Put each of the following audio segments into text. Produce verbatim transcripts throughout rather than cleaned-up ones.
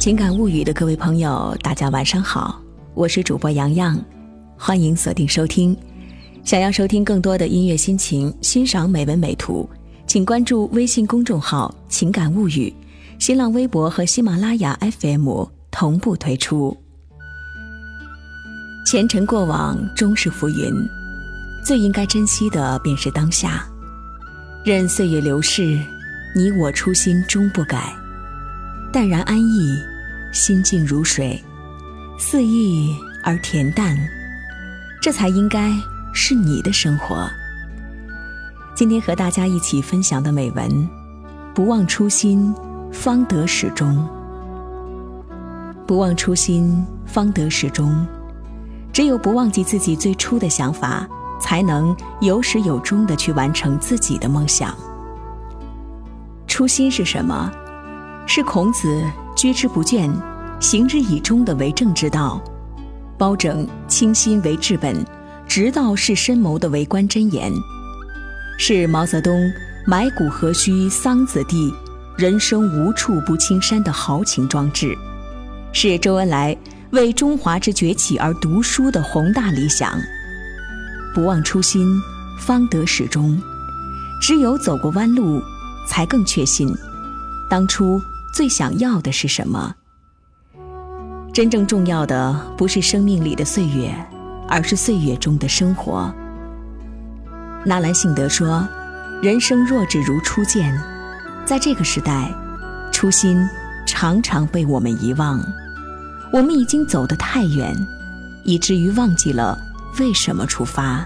情感物语的各位朋友，大家晚上好，我是主播洋洋，欢迎锁定收听。想要收听更多的音乐心情，欣赏美文美图，请关注微信公众号情感物语，新浪微博和喜马拉雅 F M 同步推出。前尘过往终是浮云，最应该珍惜的便是当下。任岁月流逝，你我初心终不改，淡然安逸，心静如水，肆意而恬淡，这才应该是你的生活。今天和大家一起分享的美文，不忘初心，方得始终。不忘初心，方得始终。只有不忘记自己最初的想法，才能有始有终地去完成自己的梦想。初心是什么？是孔子居之不倦，行之以忠的为政之道，包拯清心为治本，直道是深谋的为官箴言，是毛泽东埋骨何须桑梓地，人生无处不青山的豪情壮志，是周恩来为中华之崛起而读书的宏大理想。不忘初心，方得始终。只有走过弯路，才更确信当初最想要的是什么。真正重要的不是生命里的岁月，而是岁月中的生活。纳兰性德说，人生若只如初见。在这个时代，初心常常被我们遗忘，我们已经走得太远，以至于忘记了为什么出发。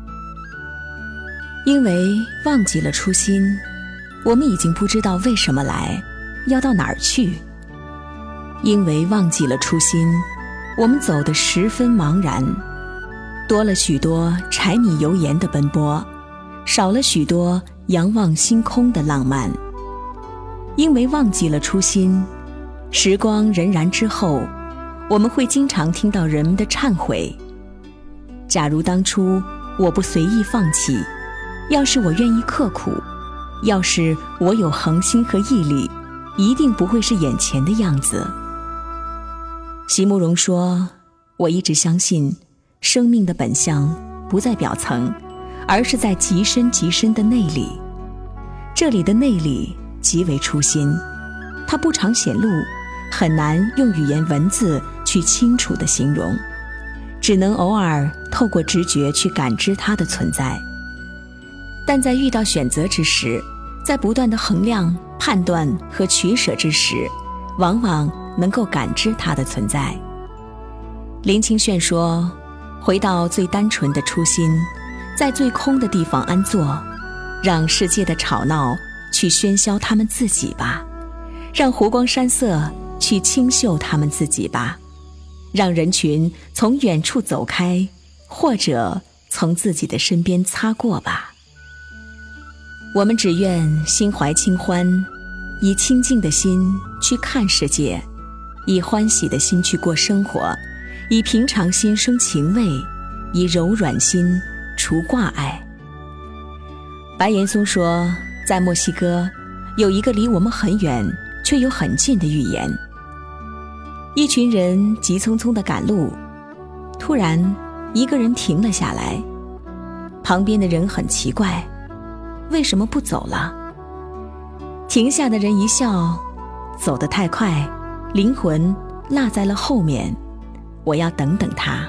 因为忘记了初心，我们已经不知道为什么来，要到哪儿去。因为忘记了初心，我们走得十分茫然，多了许多柴米油盐的奔波，少了许多仰望星空的浪漫。因为忘记了初心，时光荏苒之后，我们会经常听到人们的忏悔。假如当初我不随意放弃，要是我愿意刻苦，要是我有恒心和毅力，一定不会是眼前的样子。席慕容说，我一直相信生命的本相不在表层，而是在极深极深的内里。这里的内里即为初心，它不常显露，很难用语言文字去清楚地形容，只能偶尔透过直觉去感知它的存在。但在遇到选择之时，在不断的衡量、判断和取舍之时，往往能够感知它的存在。林清炫说，回到最单纯的初心，在最空的地方安坐，让世界的吵闹去喧嚣他们自己吧，让湖光山色去清秀他们自己吧，让人群从远处走开，或者从自己的身边擦过吧。我们只愿心怀清欢，以清净的心去看世界，以欢喜的心去过生活，以平常心生情味，以柔软心除挂碍。白岩松说，在墨西哥有一个离我们很远却又很近的寓言。一群人急匆匆地赶路，突然一个人停了下来，旁边的人很奇怪，为什么不走了？停下的人一笑，走得太快，灵魂落在了后面，我要等等他。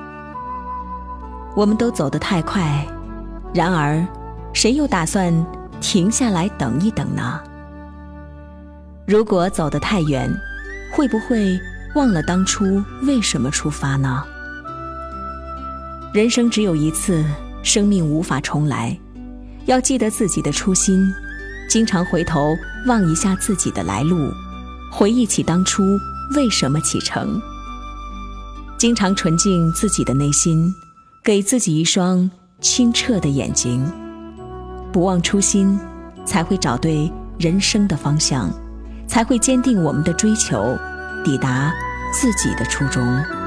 我们都走得太快，然而谁又打算停下来等一等呢？如果走得太远，会不会忘了当初为什么出发呢？人生只有一次，生命无法重来，要记得自己的初心，经常回头望一下自己的来路，回忆起当初为什么启程，经常纯净自己的内心，给自己一双清澈的眼睛。不忘初心，才会找对人生的方向，才会坚定我们的追求，抵达自己的初衷。